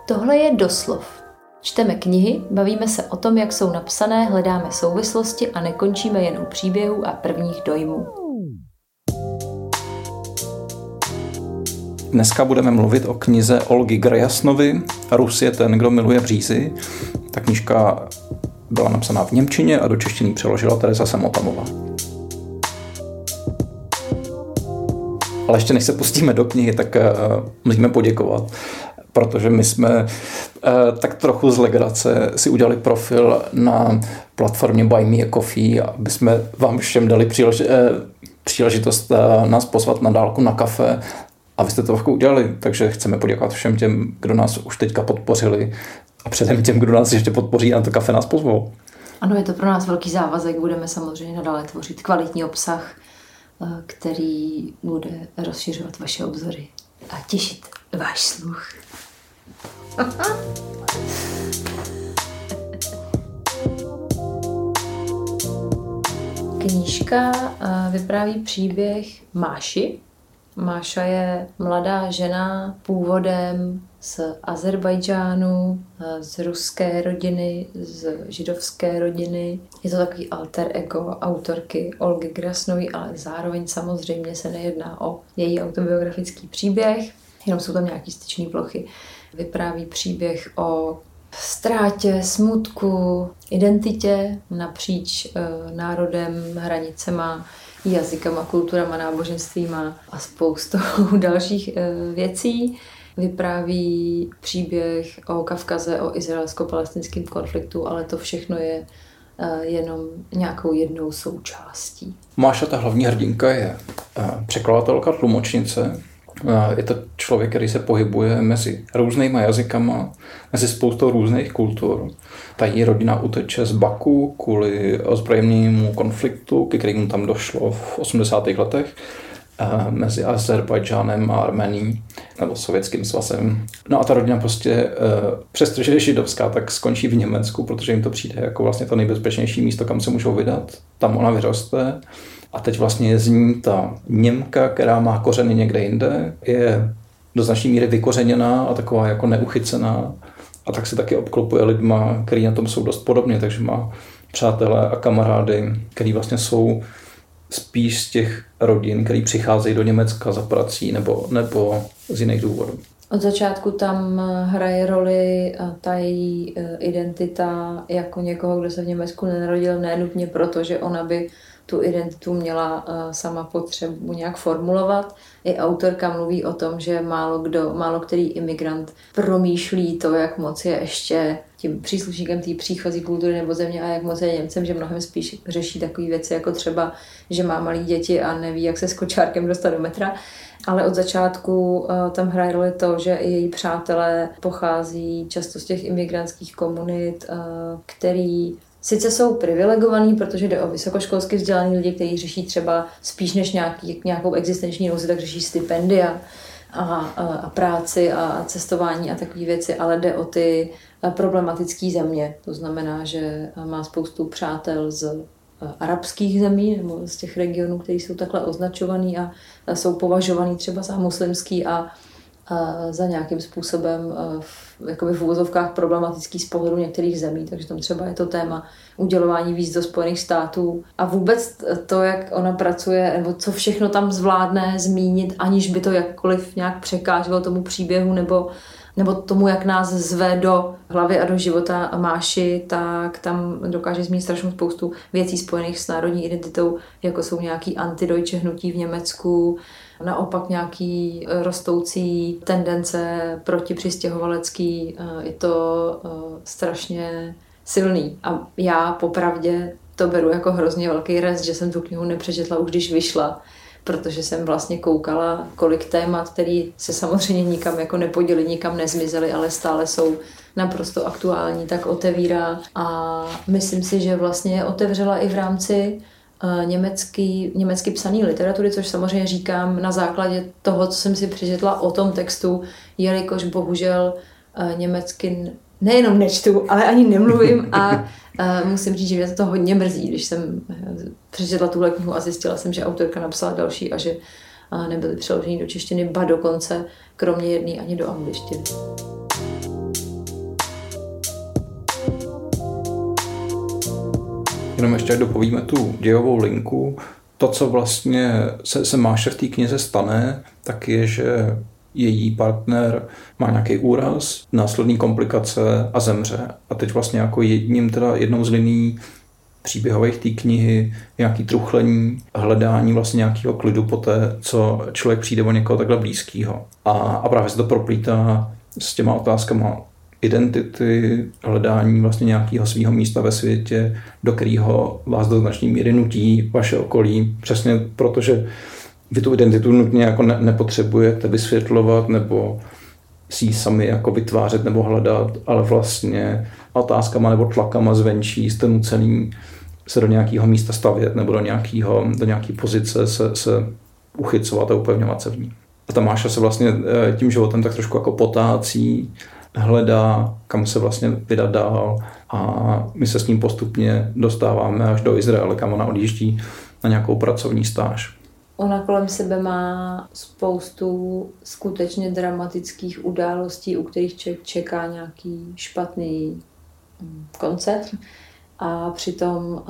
Tohle je Doslov. Čteme knihy, bavíme se o tom, jak jsou napsané, hledáme souvislosti a nekončíme jen u příběhů a prvních dojmů. Dneska budeme mluvit o knize Olgy Grajasnovy Rus je ten, kdo miluje břízy. Ta knížka byla napsaná v němčině a do češtiny přeložila Tereza Samotamová. Ale ještě než se pustíme do knihy, tak musíme poděkovat, protože my jsme tak trochu z legrace si udělali profil na platformě Buy Me a Coffee, aby jsme vám všem dali příležitost nás pozvat na dálku na kafe. A vy jste to udělali, takže chceme poděkovat všem těm, kdo nás už teďka podpořili a předem těm, kdo nás ještě podpoří a na to kafe nás pozvou. Ano, je to pro nás velký závazek, budeme samozřejmě nadále tvořit kvalitní obsah, který bude rozšiřovat vaše obzory a těšit váš sluch. Knížka vypráví příběh Máši. Máša je mladá žena původem z Azerbajdžánu, z ruské rodiny, z židovské rodiny. Je to takový alter ego autorky Olgy Grajasnové, ale zároveň samozřejmě se nejedná o její autobiografický příběh, jenom jsou tam nějaké styčné plochy. Vypráví příběh o ztrátě, smutku, identitě napříč národem, hranicema, jazykama, kulturama, náboženstvíma a spoustou dalších věcí. Vypráví příběh o Kavkaze, o izraelsko-palestinském konfliktu, ale to všechno je jenom nějakou jednou součástí. Máša, ta hlavní hrdinka, je překladatelka, tlumočnice. Je to člověk, který se pohybuje mezi různýma jazykama, mezi spoustou různých kultur. Ta její rodina uteče z Baku kvůli ozbrojenému konfliktu, ke kterému tam došlo v 80. letech mezi Azerbajdžánem a Arménií, nebo Sovětským svazem. No a ta rodina prostě, přestože je židovská, tak skončí v Německu, protože jim to přijde jako vlastně to nejbezpečnější místo, kam se můžou vydat. Tam ona vyroste. A teď vlastně je z ní ta Němka, která má kořeny někde jinde, je do značné míry vykořeněná a taková jako neuchycená. A tak se taky obklopuje lidma, kteří na tom jsou dost podobně, takže má přátelé a kamarády, kteří vlastně jsou spíš z těch rodin, který přicházejí do Německa za prací nebo z jiných důvodů. Od začátku tam hraje roli ta její identita jako někoho, kdo se v Německu nenarodil, nenutně proto, že ona by tu identitu měla sama potřebu nějak formulovat. I autorka mluví o tom, že málo který imigrant promýšlí to, jak moc je ještě tím příslušníkem té příchozí kultury nebo země a jak moc je Němcem, že mnohem spíš řeší takové věci, jako třeba, že má malé děti a neví, jak se s kočárkem dostat do metra. Ale od začátku tam hraje roli to, že i její přátelé pochází často z těch imigrantských komunit, který sice jsou privilegovaní, protože jde o vysokoškolsky vzdělaný lidi, kteří řeší třeba spíš než nějakou existenční nouzi, tak řeší stipendia a práci a cestování a takové věci, ale jde o ty problematické země. To znamená, že má spoustu přátel z arabských zemí nebo z těch regionů, které jsou takhle označovaný a jsou považovaný třeba za muslimský a za nějakým způsobem jakoby v uvozovkách problematický z pohledu některých zemí, takže tam třeba je to téma udělování víz do Spojených států a vůbec to, jak ona pracuje, nebo co všechno tam zvládne zmínit, aniž by to jakkoliv nějak překáželo tomu příběhu nebo tomu, jak nás zve do hlavy a do života Máši, tak tam dokáže zmínit strašnou spoustu věcí spojených s národní identitou, jako jsou nějaký antideutsche hnutí v Německu, naopak nějaký rostoucí tendence protipřistěhovalecký. Je to strašně silný. A já popravdě to beru jako hrozně velký rest, že jsem tu knihu nepřečetla už když vyšla, protože jsem vlastně koukala, kolik témat, které se samozřejmě nikam jako nepoděly, nikam nezmizely, ale stále jsou naprosto aktuální, tak otevírá. A myslím si, že vlastně otevřela i v rámci německy psané literatury, což samozřejmě říkám na základě toho, co jsem si přečetla o tom textu, jelikož bohužel německy nejenom nečtu, ale ani nemluvím a musím říct, že mě to hodně mrzí, když jsem přečetla tuhle knihu a zjistila jsem, že autorka napsala další a že nebyly přeloženy do češtiny, ba dokonce kromě jedné ani do angličtiny. Jenom ještě dopovíme tu dějovou linku. To, co vlastně se Máše v té knize stane, tak je, že její partner má nějaký úraz, následný komplikace a zemře. A teď vlastně jako jednou z liní příběhových té knihy je nějaký truchlení, hledání vlastně nějakého klidu po té, co člověk přijde o někoho takhle blízkého. A právě se to proplítá s těma otázkama identity, hledání vlastně nějakého svého místa ve světě, do kterého vás do značné míry nutí vaše okolí. Přesně protože vy tu identitu nutně jako nepotřebujete vysvětlovat nebo si ji sami jako vytvářet nebo hledat, ale vlastně otázkama nebo tlakama zvenčí jste nucený se do nějakého místa stavět nebo do nějaké pozice se uchycovat a upevňovat se v ní. A ta Máša se vlastně tím životem tak trošku jako potácí, hledá, kam se vlastně vydat dál a my se s ním postupně dostáváme až do Izraele, kam ona odjíždí na nějakou pracovní stáž. Ona kolem sebe má spoustu skutečně dramatických událostí, u kterých člověk čeká nějaký špatný koncert a přitom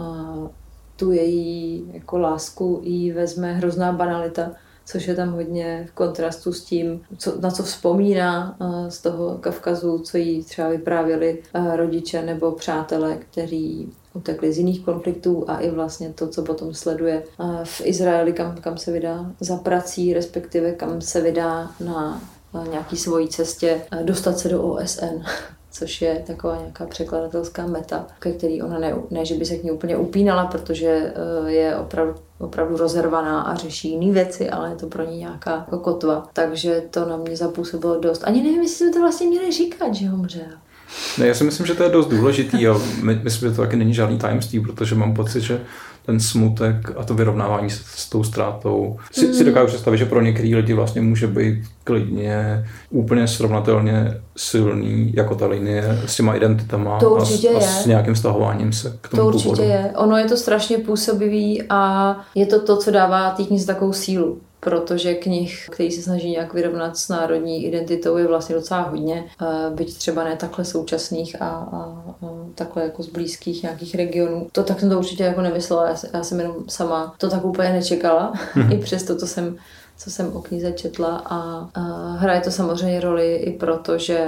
tu její jako lásku jí vezme hrozná banalita, což je tam hodně v kontrastu s tím, na co vzpomíná z toho Kavkazu, co jí třeba vyprávěli rodiče nebo přátelé, kteří utekli z jiných konfliktů a i vlastně to, co potom sleduje v Izraeli, kam se vydá za prací, respektive kam se vydá na nějaký svojí cestě dostat se do OSN, což je taková nějaká překladatelská meta, ke který ona ne, že by se k ní úplně upínala, protože je opravdu rozervaná a řeší jiné věci, ale je to pro ní nějaká jako kotva. Takže to na mě zapůsobilo dost. Ani nevím, jestli jsme to vlastně měli říkat, že umřel. Ne, já si myslím, že to je dost důležitý a myslím, že to taky není žádný tajemství, protože mám pocit, že ten smutek a to vyrovnávání s tou ztrátou si dokážu představit, že pro některý lidi vlastně může být klidně úplně srovnatelně silný jako ta linie s těma identitama a s nějakým vztahováním se k tomu původu. To určitě je. Ono je to strašně působivý a je to, co dává té knize takovou sílu. Protože knih, který se snaží nějak vyrovnat s národní identitou, je vlastně docela hodně, byť třeba ne takhle současných a takhle jako z blízkých nějakých regionů. To tak jsem to určitě jako nemyslela, já jsem jenom sama to tak úplně nečekala, i přesto co jsem o knize četla a hraje to samozřejmě roli i proto, že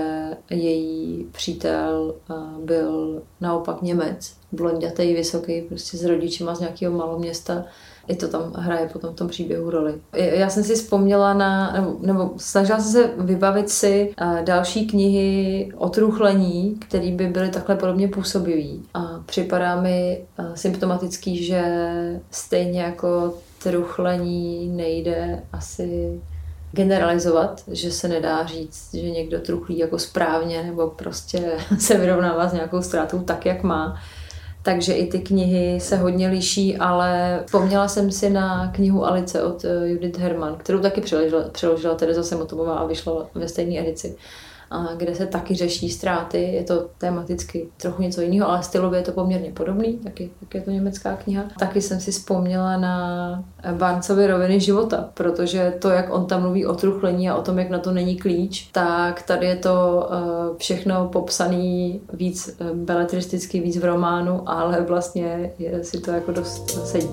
její přítel byl naopak Němec, blondětej, vysoký, prostě s rodičima z nějakého maloměsta. I to tam hraje potom v tom příběhu roli. Já jsem si vzpomněla nebo snažila jsem se vybavit si další knihy o truchlení, které by byly takhle podobně působivý. A připadá mi symptomatický, že stejně jako truchlení nejde asi generalizovat, že se nedá říct, že někdo truchlí jako správně nebo prostě se vyrovnává s nějakou ztrátou tak, jak má. Takže i ty knihy se hodně liší, ale vzpomněla jsem si na knihu Alice od Judith Hermann, kterou taky přeložila Tereza Semotovová a vyšla ve stejné edici, kde se taky řeší ztráty. Je to tematicky trochu něco jiného, ale stylově je to poměrně podobný, taky je to německá kniha. Taky jsem si vzpomněla na Barnesovy roviny života, protože to, jak on tam mluví o truchlení a o tom, jak na to není klíč, tak tady je to všechno popsaný víc beletristicky, víc v románu, ale vlastně si to jako dost sedí.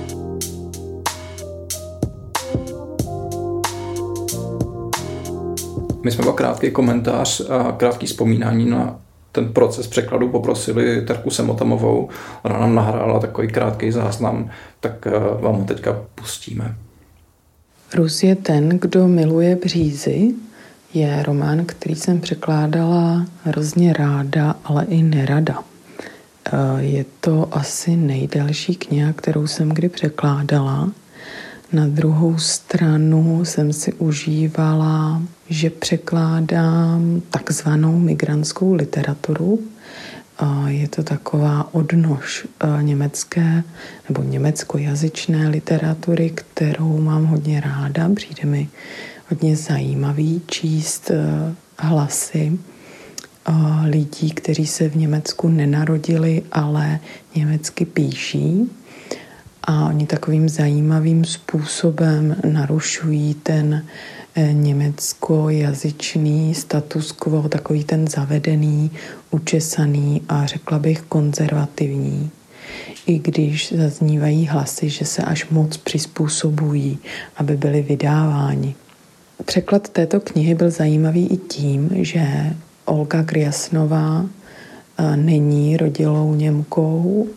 My jsme o krátký komentář a krátký vzpomínání na ten proces překladu poprosili Terku Semotamovou. Ona nám nahrála takový krátký záznam, tak vám ho teďka pustíme. Rus je ten, kdo miluje břízy, je román, který jsem překládala hrozně ráda, ale i nerada. Je to asi nejdelší kniha, kterou jsem kdy překládala. Na druhou stranu jsem si užívala, že překládám takzvanou migrantskou literaturu. Je to taková odnož německé nebo německojazyčné literatury, kterou mám hodně ráda. Přijde mi hodně zajímavý číst hlasy lidí, kteří se v Německu nenarodili, ale německy píší. A oni takovým zajímavým způsobem narušují ten německojazyčný status quo, takový ten zavedený, učesaný a řekla bych konzervativní. i když zaznívají hlasy, že se až moc přizpůsobují, aby byly vydáváni. Překlad této knihy byl zajímavý i tím, že Olga Grjasnová není rodilou Němkou,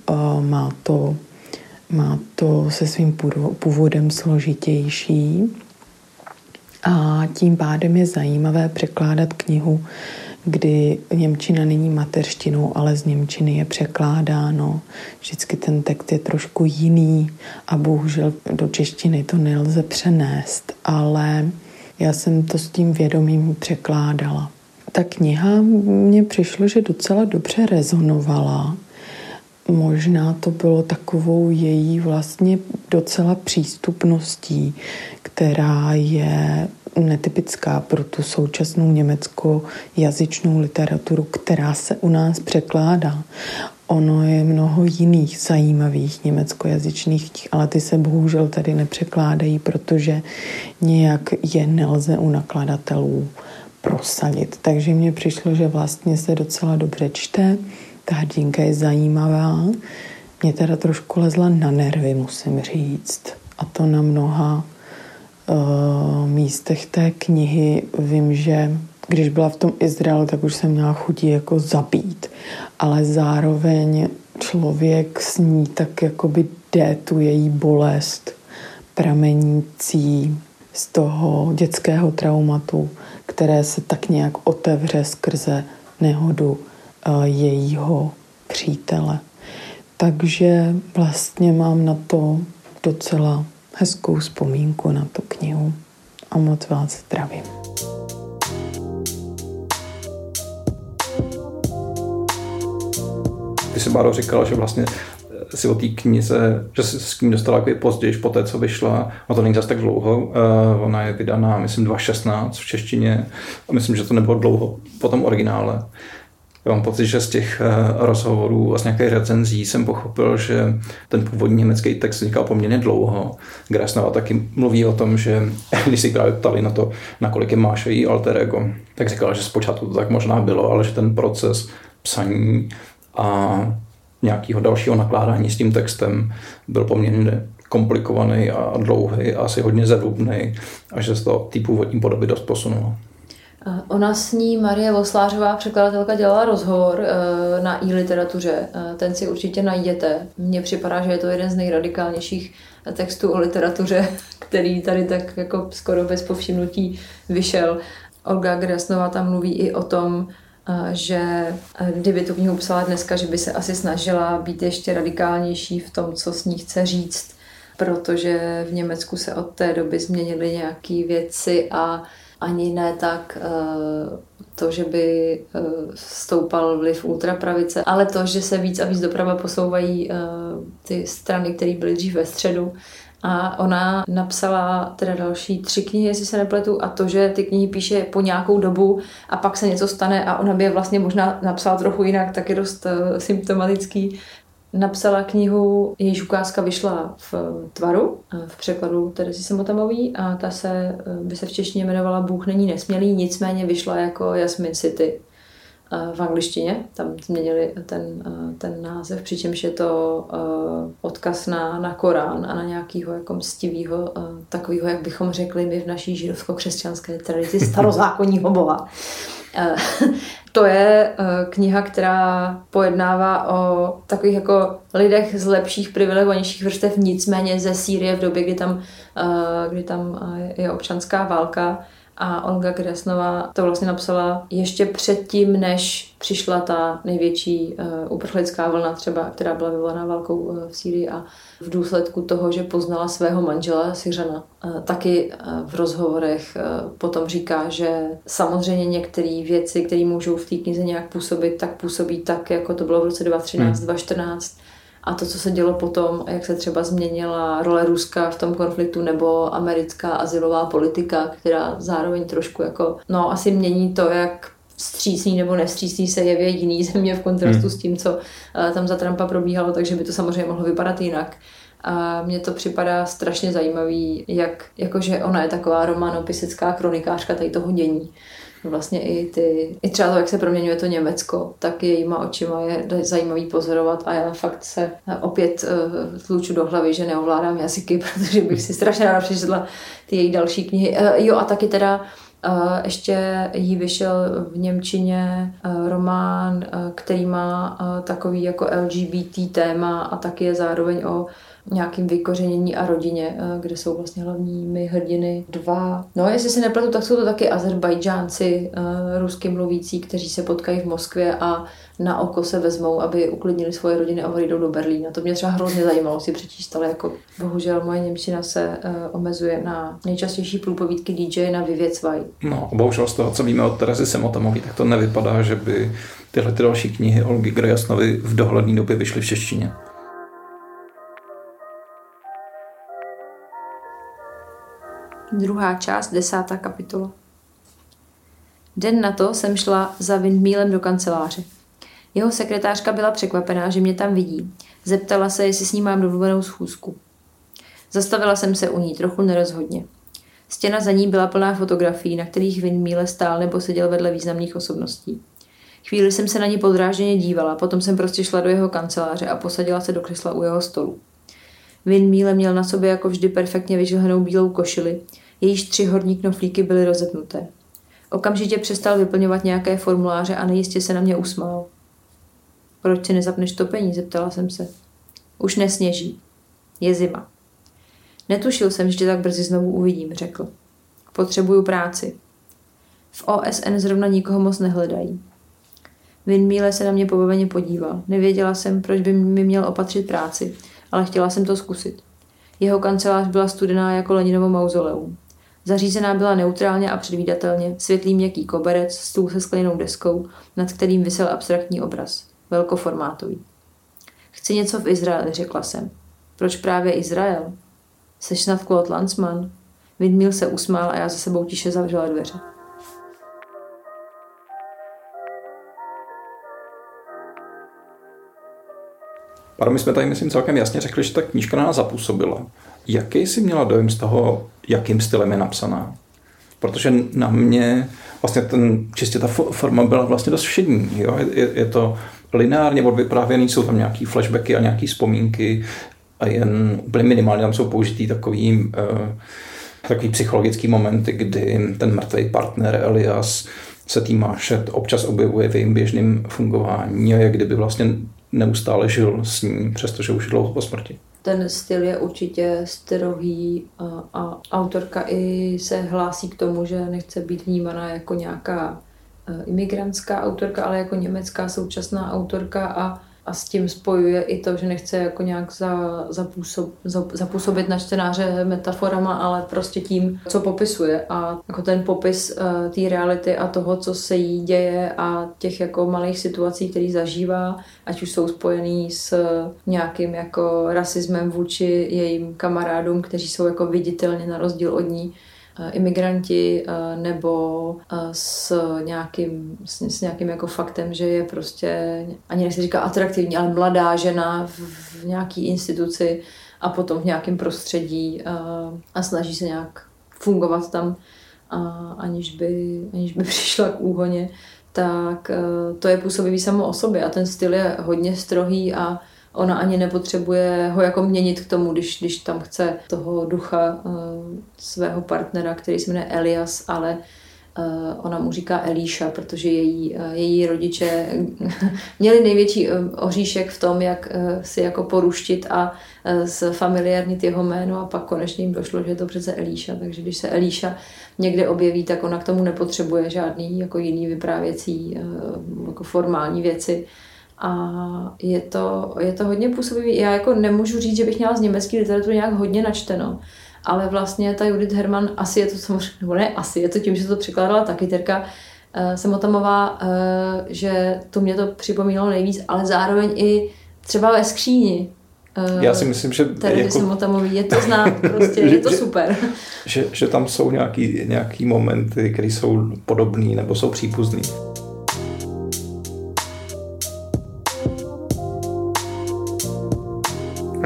má to se svým původem složitější a tím pádem je zajímavé překládat knihu, kdy němčina není mateřštinou, ale z němčiny je překládáno. Vždycky ten text je trošku jiný a bohužel do češtiny to nelze přenést, ale já jsem to s tím vědomím překládala. Ta kniha mně přišlo, že docela dobře rezonovala. Možná to bylo takovou její vlastně docela přístupností, která je netypická pro tu současnou německojazyčnou literaturu, která se u nás překládá. Ono je mnoho jiných zajímavých německojazyčných knih, ale ty se bohužel tady nepřekládají, protože nějak je nelze u nakladatelů prosadit. Takže mně přišlo, že vlastně se docela dobře čte. Ta hrdinka je zajímavá. Mě teda trošku lezla na nervy, musím říct. A to na mnoha místech té knihy. Vím, že když byla v tom Izraelu, tak už jsem měla chutí jako zabít. Ale zároveň člověk s ní tak jakoby jde tu její bolest pramenící z toho dětského traumatu, které se tak nějak otevře skrze nehodu jejího přítele. Takže vlastně mám na to docela hezkou vzpomínku na tu knihu a moc vás zdravím. Ty jsi, Báro, říkala, že vlastně si o té knize, že jsi s ní dostala takový později, po té, co vyšla, a to není zase tak dlouho, ona je vydaná, myslím, 2016 v češtině a myslím, že to nebylo dlouho po tom originále. Já mám pocit, že z těch rozhovorů a z nějakých recenzí jsem pochopil, že ten původní německý text vznikal poměrně dlouho. Grjasnová taky mluví o tom, že když si právě ptali na to, nakolik je Máše její alter ego, tak říkala, že zpočátku to tak možná bylo, ale že ten proces psaní a nějakého dalšího nakládání s tím textem byl poměrně komplikovaný a dlouhý a asi hodně zerubný a že se to té původní podoby dost posunulo. Ona s ní, Marie Voslářová, překladatelka, dělala rozhovor na iLiteratuře. Ten si určitě najděte. Mně připadá, že je to jeden z nejradikálnějších textů o literatuře, který tady tak jako skoro bez povšimnutí vyšel. Olga Grjasnová tam mluví i o tom, že kdyby tu knihu psala dneska, že by se asi snažila být ještě radikálnější v tom, co s ní chce říct, protože v Německu se od té doby změnily nějaké věci a ani ne tak to, že by stoupal vliv ultrapravice, ale to, že se víc a víc doprava posouvají ty strany, které byly dřív ve středu. A ona napsala teda další 3 knihy, jestli se nepletu, a to, že ty knihy píše po nějakou dobu a pak se něco stane a ona by je vlastně možná napsala trochu jinak, tak je dost symptomatický. Napsala knihu, jejíž ukázka vyšla v Tvaru, v překladu Terezy Samotamový, a ta by se v češtině jmenovala Bůh není nesmělý, nicméně vyšla jako Jasmin City v angličtině. Tam změnili ten název, přičemž je to odkaz na Korán a na nějakého jako mstivého, takového, jak bychom řekli my v naší židovsko-křesťanské tradici, starozákonního boha. To je kniha, která pojednává o takových jako lidech z lepších, privilegovanějších vrstev, nicméně ze Sýrie v době, kdy tam je občanská válka. A Olga Grjasnová to vlastně napsala ještě předtím, než přišla ta největší uprchlická vlna třeba, která byla vyvolaná válkou v Sýrii, a v důsledku toho, že poznala svého manžela Syřana. Taky v rozhovorech potom říká, že samozřejmě některé věci, které můžou v té knize nějak působit, tak působí tak, jako to bylo v roce 2013, 2014. A to, co se dělo potom, jak se třeba změnila role Ruska v tom konfliktu, nebo americká azylová politika, která zároveň trošku jako, asi mění to, jak vstřícný nebo nevstřícný se jeví jiný země v kontrastu s tím, co tam za Trumpa probíhalo, takže by to samozřejmě mohlo vypadat jinak. A mně to připadá strašně zajímavý, jakože ona je taková romanopisecká kronikářka tady toho dění. Vlastně i třeba to, jak se proměňuje to Německo, tak jejíma očima je zajímavý pozorovat a já fakt se opět tluču do hlavy, že neovládám jazyky, protože bych si strašně ráda přečetla ty její další knihy. Jo, a taky teda ještě jí vyšel v němčině román, který má takový jako LGBT téma a taky je zároveň o nějakým vykořenění a rodině, kde jsou vlastně hlavními hrdiny dva. No, jestli si nepletu, tak jsou to taky Azerbajdžánci, rusky mluvící, kteří se potkají v Moskvě a na oko se vezmou, aby uklidnili svoje rodiny a odjedou do Berlína. To mě třeba hrozně zajímalo si přečíst, ale jako bohužel moje němčina se omezuje na nejčastější průpovídky DJ na Vyvěcvaj. No, bohužel z toho, co víme od Terezy Samotamové, tak to nevypadá, že by tyhle další knihy Olgy Grojasnovy v dohledné době vyšly v češtině. Druhá část, 10. kapitola. Den na to jsem šla za Windmílem do kanceláře. Jeho sekretářka byla překvapená, že mě tam vidí. Zeptala se, jestli s ním mám domluvenou schůzku. Zastavila jsem se u ní, trochu nerozhodně. Stěna za ní byla plná fotografií, na kterých Windmíle stál nebo seděl vedle významných osobností. Chvíli jsem se na ní podrážděně dívala, potom jsem prostě šla do jeho kanceláře a posadila se do křesla u jeho stolu. Windmíle měl na sobě jako vždy perfektně vyžlehanou bílou košili, jejíž 3 horní knoflíky byly rozepnuté. Okamžitě přestal vyplňovat nějaké formuláře a nejistě se na mě usmál. Proč si nezapneš topení, zeptala jsem se. Už nesněží. Je zima. Netušil jsem, že tě tak brzy znovu uvidím, řekl. Potřebuju práci. V OSN zrovna nikoho moc nehledají. Windmíle se na mě pobaveně podíval. Nevěděla jsem, proč by mi měl opatřit práci, ale chtěla jsem to zkusit. Jeho kancelář byla studená jako Leninovo mauzoleum. Zařízená byla neutrálně a předvídatelně, světlý měkký koberec, stůl se skleněnou deskou, nad kterým visel abstraktní obraz. Velkoformátový. Chci něco v Izraeli, řekla jsem. Proč právě Izrael? Seš snad Claude Lanzmann? Windmíl se usmál a já za sebou tiše zavřela dveře. Páro, my jsme tady, myslím, celkem jasně řekli, že ta knížka na nás zapůsobila. Jaký jsi měla dojem z toho, jakým stylem je napsaná? Protože na mě vlastně čistě ta forma byla vlastně dost všední. Jo? Je to lineárně odvyprávěný, jsou tam nějaký flashbacky a nějaký vzpomínky a jen úplně minimálně tam jsou použitý takový psychologický momenty, kdy ten mrtvý partner Elias se Týmášet občas objevuje v jejím běžném fungování a jak kdyby vlastně neustále žil s ní, přestože už je dlouho po smrti. Ten styl je určitě strohý a autorka i se hlásí k tomu, že nechce být vnímaná jako nějaká imigrantská autorka, ale jako německá současná autorka a s tím spojuje i to, že nechce jako nějak zapůsobit na čtenáře metaforama, ale prostě tím, co popisuje. A jako ten popis té reality a toho, co se jí děje a těch jako malých situací, které zažívá, ať už jsou spojený s nějakým jako rasismem vůči jejím kamarádům, kteří jsou jako viditelně na rozdíl od ní imigranti, nebo s nějakým jako faktem, že je prostě, ani nechci říkat atraktivní, ale mladá žena v nějaký instituci a potom v nějakém prostředí a snaží se nějak fungovat tam, aniž by přišla k úhoně, tak to je působivý samo o sobě a ten styl je hodně strohý a ona ani nepotřebuje ho jako měnit k tomu, když tam chce toho ducha svého partnera, který se jmenuje Elias, ale ona mu říká Elíša, protože její rodiče měli největší oříšek v tom, jak si jako poruštit a zfamiliárnit jeho jméno a pak konečně jim došlo, že je to přece Elíša. Takže když se Elíša někde objeví, tak ona k tomu nepotřebuje žádný jako jiný vyprávěcí jako formální věci. A je to hodně působivý. Já jako nemůžu říct, že bych měla z německé literatury nějak hodně načteno, ale vlastně ta Judith Hermann, asi je to samozřejmě, nebo ne asi, je to tím, že to překládala ta kyterka Samotamová, že to mě to připomínalo nejvíc, ale zároveň i třeba ve skříni. Já si myslím, že jako Samotamový, je to znát, prostě je to super. Že tam jsou nějaký momenty, které jsou podobný nebo jsou příbuzný.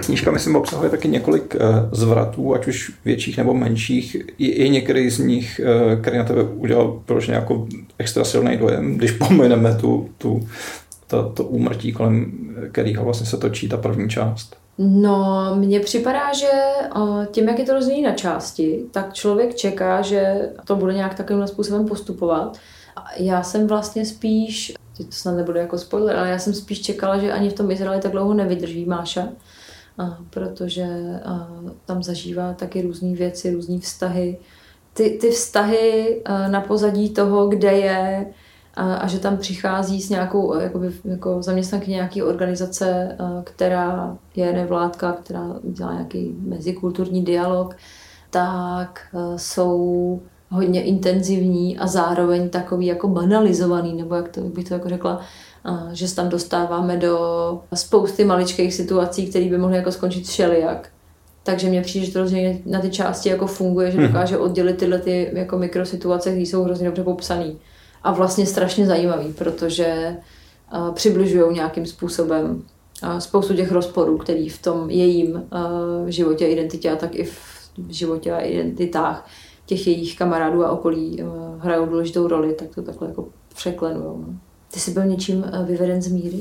knížka, myslím, obsahuje taky několik zvratů, ať už větších nebo menších. Je některý z nich, který na tebe udělal prostě jako extra silný dojem, když pomineme to úmrtí, kolem kterého vlastně se točí ta první část. No, mně připadá, že tím, jak je to rozdělené na části, tak člověk čeká, že to bude nějak takovým způsobem postupovat. Já jsem vlastně spíš, to snad nebude jako spoiler, ale já jsem spíš čekala, že ani v tom Izraeli tak dlouho nevydrží Máša, protože tam zažívá taky různé věci, různé vztahy. Ty vztahy na pozadí toho, kde je, a že tam přichází s nějakou jako zaměstnankyně nějaké organizace, která je nevládka, která dělá nějaký mezikulturní dialog, tak jsou hodně intenzivní a zároveň takový jako banalizovaný, nebo jak bych to jako řekla, že se tam dostáváme do spousty maličkých situací, které by mohly jako skončit všelijak. Takže mně přijde, že to rozdělení na ty části jako funguje, že dokáže oddělit tyhle ty jako mikrosituace, které jsou hrozně dobře popsané. A vlastně strašně zajímavý, protože přibližují nějakým způsobem spoustu těch rozporů, který v tom jejím životě a identitě, a tak i v životě a identitách těch jejich kamarádů a okolí hrajou důležitou roli, tak to takhle jako překlenujou. No. Ty jsi byl něčím vyveden z míry?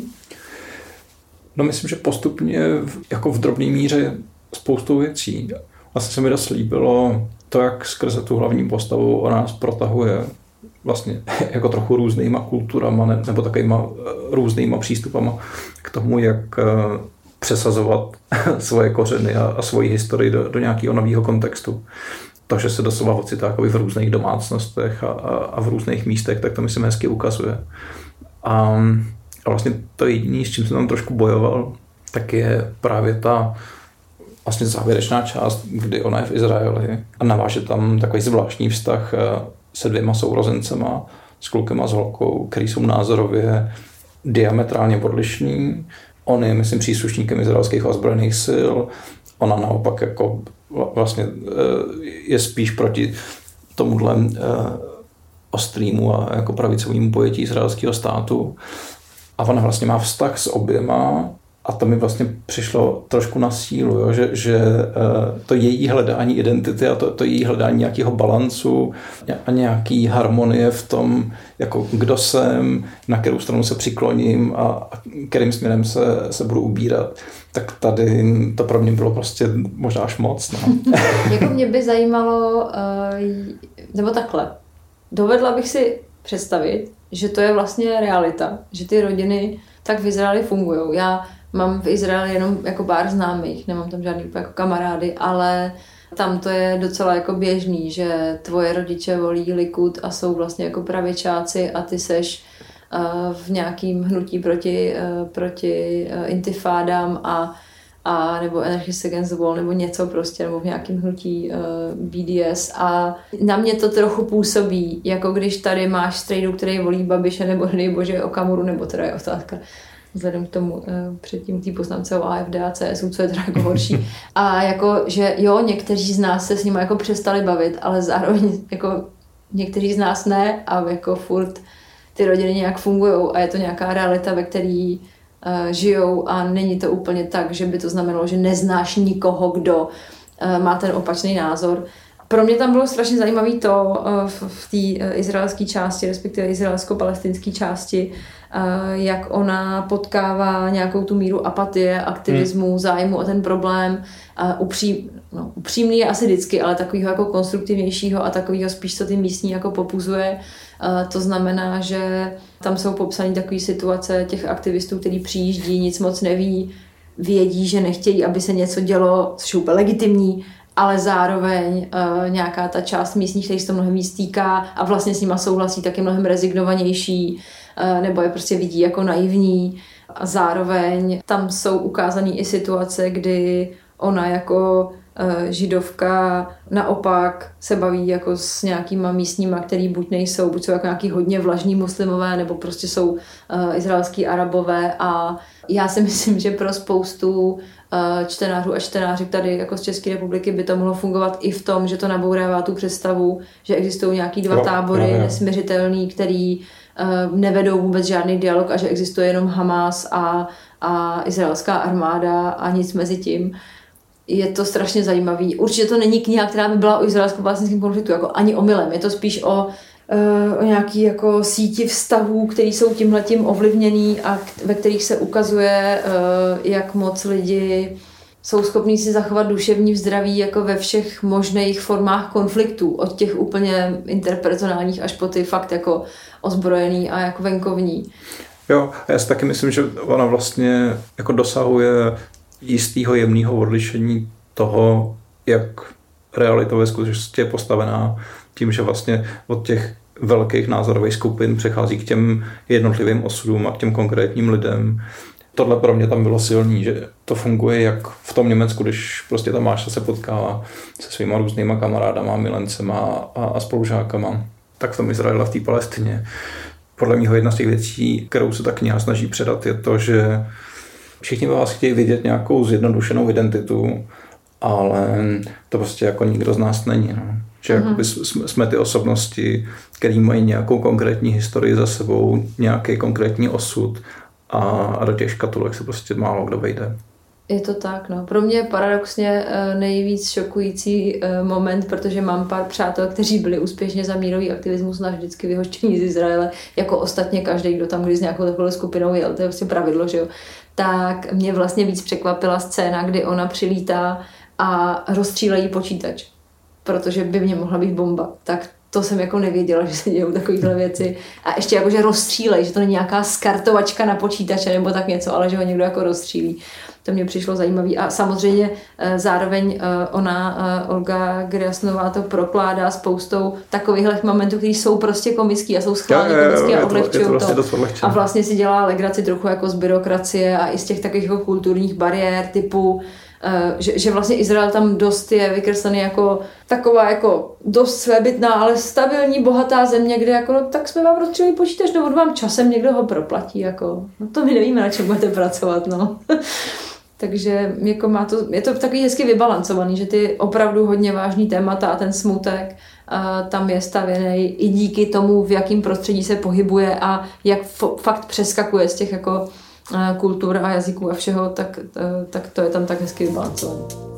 No myslím, že postupně jako v drobné míře spoustou věcí. Vlastně se mi dost líbilo to, jak skrze tu hlavní postavu ona nás protahuje vlastně jako trochu různýma kulturama nebo takovýma různýma přístupama k tomu, jak přesazovat svoje kořeny a svoji historii do nějakého nového kontextu. To, že se doslova ocitá v různých domácnostech a v různých místech, tak to myslím hezky ukazuje. A vlastně to jediné, s čím jsem tam trošku bojoval, tak je právě ta vlastně závěrečná část, kdy ona je v Izraeli a naváže tam takový zvláštní vztah se dvěma sourozencema, s klukem a s holkou, který jsou názorově diametrálně odlišní. On je, myslím, příslušníkem izraelských ozbrojených sil, ona naopak jako vlastně je spíš proti tomuhle ostrýmu a jako pravicovému pojetí izraelského státu. A ona vlastně má vztah s oběma a to mi vlastně přišlo trošku na sílu, jo? Že to její hledání identity a to její hledání nějakého balancu a nějaký harmonie v tom, jako kdo jsem, na kterou stranu se přikloním a kterým směrem se budu ubírat, tak tady to pro mě bylo prostě možná až moc. No. Jako mě by zajímalo, nebo takhle, dovedla bych si představit, že to je vlastně realita, že ty rodiny tak v Izraeli fungují. Já mám v Izraeli jenom jako pár známých, nemám tam žádný jako kamarády, ale tam to je docela jako běžný, že tvoje rodiče volí Likud a jsou vlastně jako pravičáci a ty seš v nějakým hnutí proti intifádám a nebo Anarchists Against the Wall nebo něco prostě, nebo v nějakém hnutí BDS a na mě to trochu působí, jako když tady máš strejdu, který volí Babiše nebo nejbože Okamuru, nebo teda je otázka vzhledem k tomu předtím té poznámce o AfD a CSU, co je teda jako horší. A jako, že jo, někteří z nás se s nimi jako přestali bavit, ale zároveň jako někteří z nás ne a jako furt ty rodiny nějak fungujou a je to nějaká realita, ve který žijou a není to úplně tak, že by to znamenalo, že neznáš nikoho, kdo má ten opačný názor. Pro mě tam bylo strašně zajímavé to v té izraelské části, respektive izraelsko-palestinské části, jak ona potkává nějakou tu míru apatie, aktivismu, zájmu o ten problém. Upřímný je asi vždycky, ale takového jako konstruktivnějšího a takového spíš, co ty místní jako popuzuje. To znamená, že tam jsou popsané takové situace těch aktivistů, kteří přijíždí, nic moc neví, vědí, že nechtějí, aby se něco dělo, což je úplně legitimní, ale zároveň nějaká ta část místních, který se to mnohem víc týká a vlastně s nima souhlasí, tak je mnohem rezignovanější, nebo je prostě vidí jako naivní. A zároveň tam jsou ukázané i situace, kdy ona jako židovka naopak se baví jako s nějakýma místníma, který buď jsou jako nějaký hodně vlažní muslimové, nebo prostě jsou izraelský Arabové a já si myslím, že pro spoustu čtenářů a čtenářek tady jako z České republiky by to mohlo fungovat i v tom, že to nabourává tu představu, že existují nějaký dva tábory nesmiřitelný, který nevedou vůbec žádný dialog a že existuje jenom Hamas a izraelská armáda a nic mezi tím. Je to strašně zajímavý. Určitě to není kniha, která by byla o izraelsko-palestinském konfliktu, jako ani omylem. Je to spíš o nějaký jako síti vztahů, které jsou tímhletím ovlivněný a ve kterých se ukazuje, jak moc lidi jsou schopní si zachovat duševní zdraví jako ve všech možných formách konfliktů, od těch úplně interpersonálních až po ty fakt jako ozbrojený a jako venkovní. Jo, já si taky myslím, že ona vlastně jako dosahuje jistého jemného odlišení toho, jak realita ve skutečnosti je postavená, tím, že vlastně od těch velkých názorových skupin přechází k těm jednotlivým osudům a k těm konkrétním lidem. Tohle pro mě tam bylo silný, že to funguje jak v tom Německu, když prostě ta Máša se potkává se svýma různýma kamarádama, milencema a spolužákama, tak v tom Izraeli, v té Palestině. Podle mě jedna z těch věcí, kterou se ta kniha snaží předat, je to, že všichni vás chtějí vidět nějakou zjednodušenou identitu, ale to prostě jako nikdo z nás není. No. Že jakoby jsme ty osobnosti, které mají nějakou konkrétní historii za sebou, nějaký konkrétní osud a do těch škatulek se prostě málo kdo vejde. Je to tak, no. Pro mě je paradoxně nejvíc šokující moment, protože mám pár přátel, kteří byli úspěšně za mírový aktivismus navždycky vyhoštění z Izraele, jako ostatně každý, kdo tam kdy s nějakou takovou skupinou jel, to je prostě pravidlo, že jo. Tak mě vlastně víc překvapila scéna, kdy ona přilítá a rozstřílejí počítač, protože by mě mohla být bomba. Tak to jsem jako nevěděla, že se dějou takovéhle věci. A ještě jako, že rozstřílej, že to není nějaká skartovačka na počítače nebo tak něco, ale že ho někdo jako rozstřílí. To mě přišlo zajímavý. A samozřejmě zároveň Olga Gryasnová to prokládá spoustou takovýchhle momentů, které jsou prostě komický a jsou schválně komický a odlehčují to. A vlastně si dělá legraci trochu jako z byrokracie a i z těch takových jako kulturních bariér typu že vlastně Izrael tam dost je vykreslený jako taková jako dost svébytná, ale stabilní, bohatá země, kde jako, no, tak jsme vám rozstříleli počítač, no od vám časem někdo ho proplatí, jako, no to my nevíme, na čem budete pracovat, no. Takže jako je to takový hezky vybalancovaný, že ty opravdu hodně vážný témata a ten smutek tam je stavěný i díky tomu, v jakém prostředí se pohybuje a jak fakt přeskakuje z těch jako kultur a jazyků a všeho, tak to je tam tak hezky vybalancované.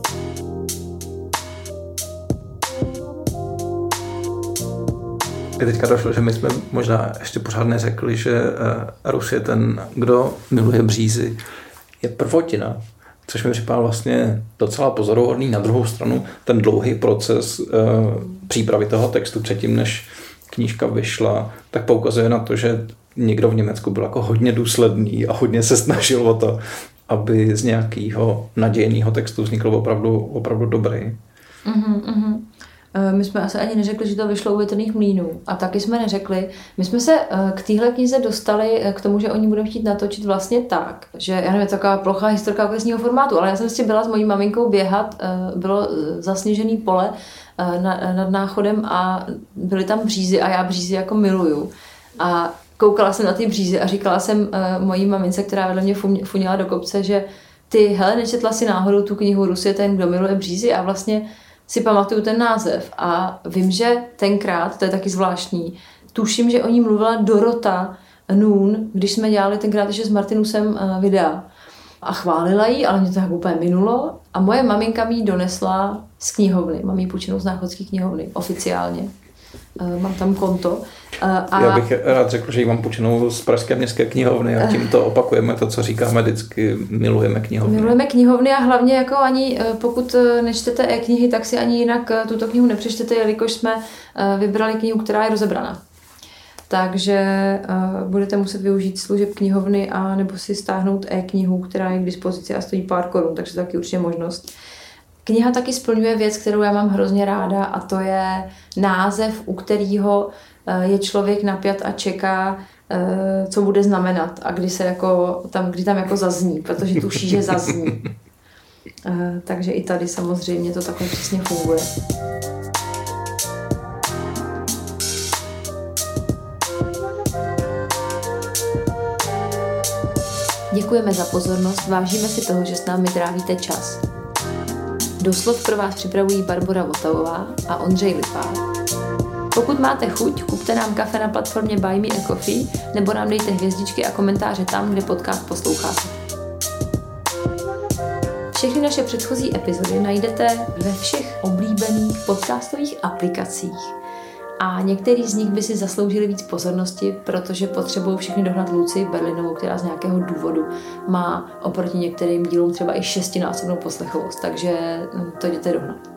Teďka došlo, že my jsme možná ještě pořád neřekli, že Rus je ten, kdo miluje břízy, je prvotina, což mi připadá vlastně docela pozoruhodný. Na druhou stranu ten dlouhý proces přípravy toho textu předtím, než knížka vyšla, tak poukazuje na to, že někdo v Německu byl jako hodně důsledný a hodně se snažil o to, aby z nějakého nadějného textu vznikl opravdu dobrý. My jsme asi ani neřekli, že to vyšlo u Větrných mlýnů. A taky jsme neřekli. My jsme se k téhle knize dostali k tomu, že oni budou chtít natočit vlastně tak, že já nevím, taková plochá historka okresního formátu, ale já jsem si byla s mojí maminkou běhat, bylo zasněžený pole nad Náchodem a byly tam břízy a já břízy jako miluju. A koukala jsem na ty břízy a říkala jsem mojí mamince, která vedle mě funila do kopce, že ty, hele, nečetla si náhodou tu knihu Rus je ten, kdo miluje břízy a vlastně si pamatuju ten název a vím, že tenkrát, to je taky zvláštní, tuším, že o ní mluvila Dorota Nun, když jsme dělali tenkrát ještě s Martinusem videa a chválila jí, ale mě to tak úplně minulo a moje maminka mi ji donesla z knihovny, mám ji půjčenou z Náchodské knihovny, oficiálně. Mám tam konto. Já bych rád řekl, že ji mám půjčenou z Pražské městské knihovny a tímto opakujeme to, co říkáme vždycky, milujeme knihovny. Milujeme knihovny a hlavně jako ani, pokud nečtete e-knihy, tak si ani jinak tuto knihu nepřečtete, jelikož jsme vybrali knihu, která je rozebraná. Takže budete muset využít služeb knihovny a nebo si stáhnout e-knihu, která je k dispozici a stojí pár korun, takže to taky určitě možnost. Kniha taky splňuje věc, kterou já mám hrozně ráda a to je název, u kterého je člověk napjat a čeká, co bude znamenat a kdy tam jako zazní, protože tuší, že zazní. Takže i tady samozřejmě to takhle přesně funguje. Děkujeme za pozornost, vážíme si toho, že s námi trávíte čas. Doslov pro vás připravují Barbora Votavová a Ondřej Lipák. Pokud máte chuť, kupte nám kafe na platformě Buy Me a Coffee nebo nám dejte hvězdičky a komentáře tam, kde podcast posloucháte. Všechny naše předchozí epizody najdete ve všech oblíbených podcastových aplikacích. A některý z nich by si zasloužili víc pozornosti, protože potřebují všechny dohnat Lucii Berlinovou, která z nějakého důvodu má oproti některým dílům třeba i 6násobnou poslechovost, takže to jděte dohnat.